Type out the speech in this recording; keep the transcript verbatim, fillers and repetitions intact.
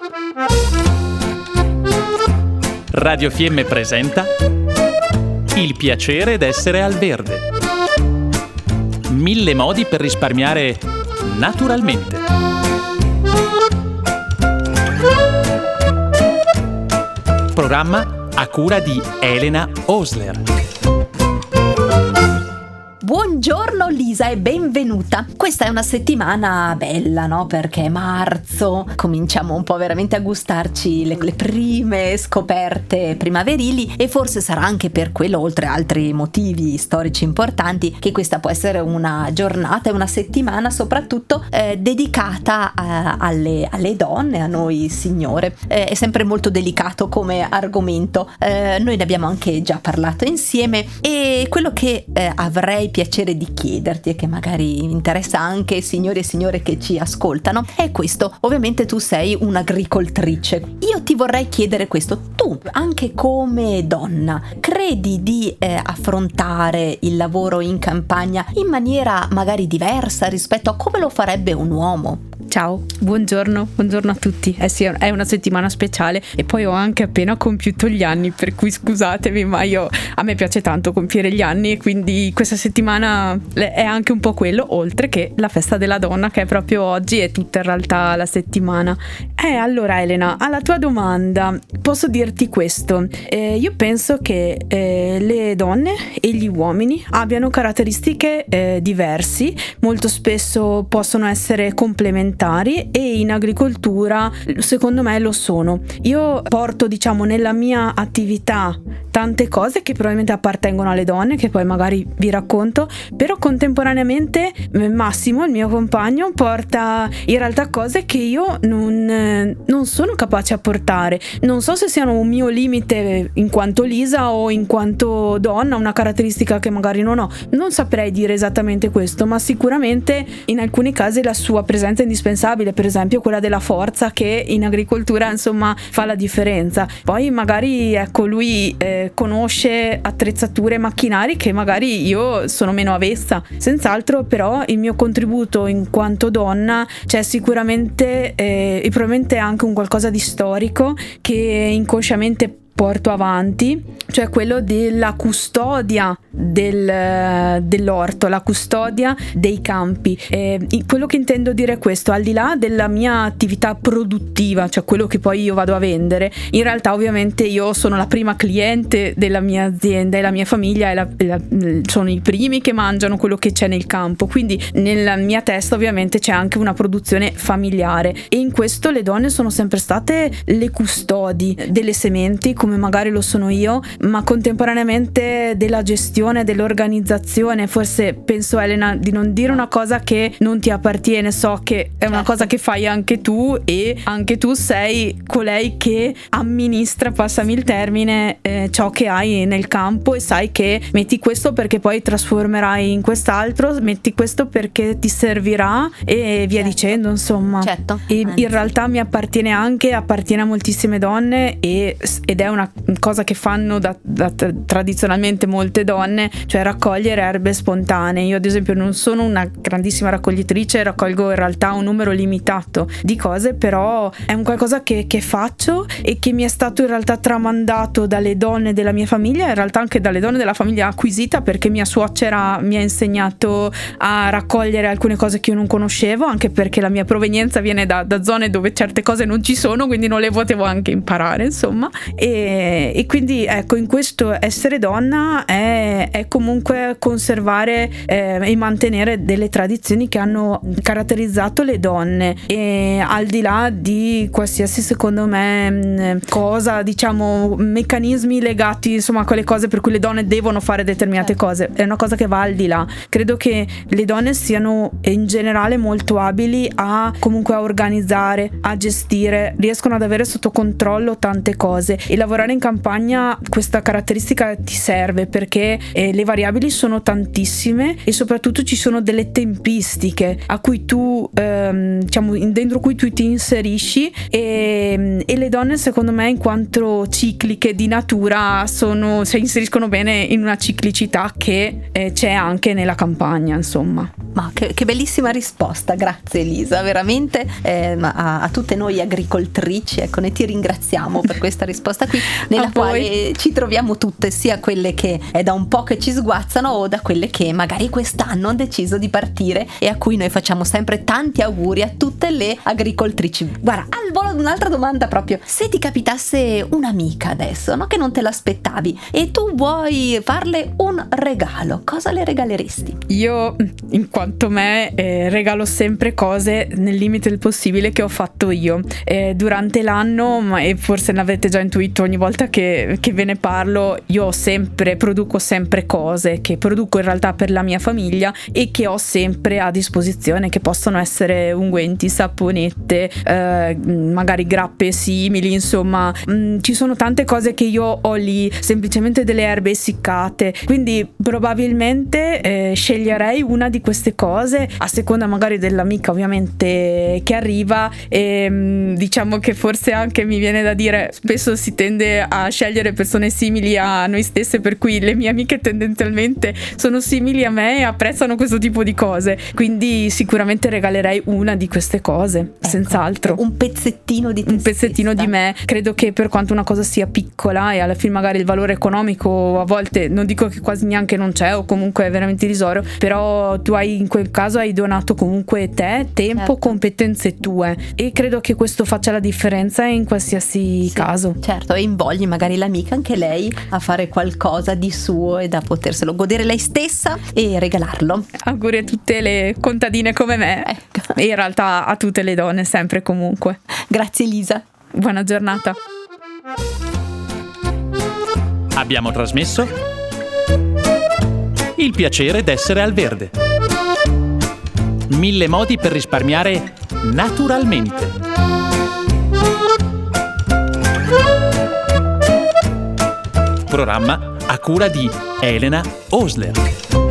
Radio Fiemme presenta Il piacere d'essere al verde. Mille modi per risparmiare naturalmente. Programma a cura di Elena Osler. Buongiorno Lisa e benvenuta. Questa è una settimana bella, no? Perché è marzo, cominciamo un po' veramente a gustarci le, le prime scoperte primaverili e forse sarà anche per quello, oltre a altri motivi storici importanti, che questa può essere una giornata e una settimana soprattutto eh, dedicata a, alle, alle donne, a noi signore. Eh, è sempre molto delicato come argomento, eh, noi ne abbiamo anche già parlato insieme e quello che eh, avrei piacere di chiederti e che magari interessa anche signori e signore che ci ascoltano è questo. Ovviamente tu sei un'agricoltrice, io ti vorrei chiedere questo: tu anche come donna credi di eh, affrontare il lavoro in campagna in maniera magari diversa rispetto a come lo farebbe un uomo? Ciao, buongiorno, buongiorno a tutti. Eh sì, è una settimana speciale e poi ho anche appena compiuto gli anni, per cui scusatemi, ma io a me piace tanto compiere gli anni e quindi questa settimana è anche un po' quello, oltre che la festa della donna che è proprio oggi e tutta in realtà la settimana. Eh, allora Elena, alla tua domanda posso dirti questo. Eh, io penso che eh, le donne e gli uomini abbiano caratteristiche eh, diversi, molto spesso possono essere complementari e in agricoltura secondo me lo sono. Io porto diciamo nella mia attività tante cose che probabilmente appartengono alle donne, che poi magari vi racconto, però contemporaneamente Massimo, il mio compagno, porta in realtà cose che io non, non sono capace a portare. Non so se siano un mio limite in quanto Lisa o in quanto donna, una caratteristica che magari non ho. Non saprei dire esattamente questo, ma sicuramente in alcuni casi la sua presenza è indispensabile, per esempio quella della forza che in agricoltura insomma fa la differenza. Poi magari ecco lui eh, conosce attrezzature e macchinari che magari io sono meno avessa. Senz'altro però il mio contributo in quanto donna c'è sicuramente eh, e probabilmente anche un qualcosa di storico che inconsciamente porto avanti, cioè quello della custodia del, dell'orto, la custodia dei campi. Eh, quello che intendo dire è questo: al di là della mia attività produttiva, cioè quello che poi io vado a vendere, in realtà ovviamente io sono la prima cliente della mia azienda e la mia famiglia è la, la, sono i primi che mangiano quello che c'è nel campo, quindi nella mia testa ovviamente c'è anche una produzione familiare e in questo le donne sono sempre state le custodi delle sementi, come magari lo sono io, ma contemporaneamente della gestione, dell'organizzazione. Forse penso, Elena, di non dire una cosa che non ti appartiene, so che è una certo. cosa che fai anche tu e anche tu sei colei che amministra, passami il termine, eh, ciò che hai nel campo e sai che metti questo perché poi trasformerai in quest'altro, metti questo perché ti servirà e via certo. dicendo, insomma. Certo. E in realtà mi appartiene anche, appartiene a moltissime donne e, ed è una cosa che fanno da, da tradizionalmente molte donne, cioè raccogliere erbe spontanee. Io ad esempio non sono una grandissima raccoglitrice, raccolgo in realtà un numero limitato di cose, però è un qualcosa che, che faccio e che mi è stato in realtà tramandato dalle donne della mia famiglia, in realtà anche dalle donne della famiglia acquisita, perché mia suocera mi ha insegnato a raccogliere alcune cose che io non conoscevo, anche perché la mia provenienza viene da, da zone dove certe cose non ci sono, quindi non le potevo anche imparare, insomma. E e quindi ecco, in questo essere donna è, è comunque conservare eh, e mantenere delle tradizioni che hanno caratterizzato le donne, e al di là di qualsiasi, secondo me, cosa, diciamo, meccanismi legati insomma a quelle cose per cui le donne devono fare determinate cose, è una cosa che va al di là. Credo che le donne siano in generale molto abili a comunque a organizzare, a gestire, riescono ad avere sotto controllo tante cose e lavorare lavorare in campagna questa caratteristica ti serve, perché eh, le variabili sono tantissime e soprattutto ci sono delle tempistiche a cui tu ehm, diciamo dentro cui tu ti inserisci, e, e le donne secondo me in quanto cicliche di natura sono, si inseriscono bene in una ciclicità che eh, c'è anche nella campagna, insomma. Ma che, che bellissima risposta, grazie Elisa, veramente eh, a, a tutte noi agricoltrici, ecco, ne ti ringraziamo per questa risposta qui, nella quale ci troviamo tutte, sia quelle che è da un po' che ci sguazzano o da quelle che magari quest'anno hanno deciso di partire e a cui noi facciamo sempre tanti auguri a tutte le agricoltrici. Guarda, al volo un'altra domanda proprio, se ti capitasse un'amica adesso, no, che non te l'aspettavi e tu vuoi farle un regalo, cosa le regaleresti? Io, in quanto me, eh, regalo sempre cose nel limite del possibile che ho fatto io eh, durante l'anno, ma e forse l'avete già intuito ogni volta che, che ve ne parlo, io ho sempre, produco sempre cose che produco in realtà per la mia famiglia e che ho sempre a disposizione, che possono essere unguenti, saponette, eh, magari grappe simili, insomma mh, ci sono tante cose che io ho lì, semplicemente delle erbe essiccate, quindi probabilmente eh, sceglierei una di queste cose a seconda magari dell'amica ovviamente che arriva, e mh, diciamo che forse anche mi viene da dire, spesso si tende a scegliere persone simili a noi stesse, per cui le mie amiche tendenzialmente sono simili a me e apprezzano questo tipo di cose, quindi sicuramente regalerei una di queste cose, ecco, senz'altro un pezzettino di te un pezzettino stessa. di me. Credo che per quanto una cosa sia piccola e alla fine magari il valore economico a volte non dico che quasi neanche non c'è, o comunque è veramente irrisorio, però tu hai, in quel caso hai donato comunque te, tempo, certo, competenze tue, e credo che questo faccia la differenza in qualsiasi sì, caso. Certo, e invogli magari l'amica anche lei a fare qualcosa di suo e da poterselo godere lei stessa e regalarlo. Auguri a tutte le contadine come me, Ecco. e in realtà a tutte le donne sempre e comunque. Grazie Elisa. Buona giornata. Abbiamo trasmesso Il piacere d'essere al verde. Mille modi per risparmiare naturalmente. Programma a cura di Elena Osler.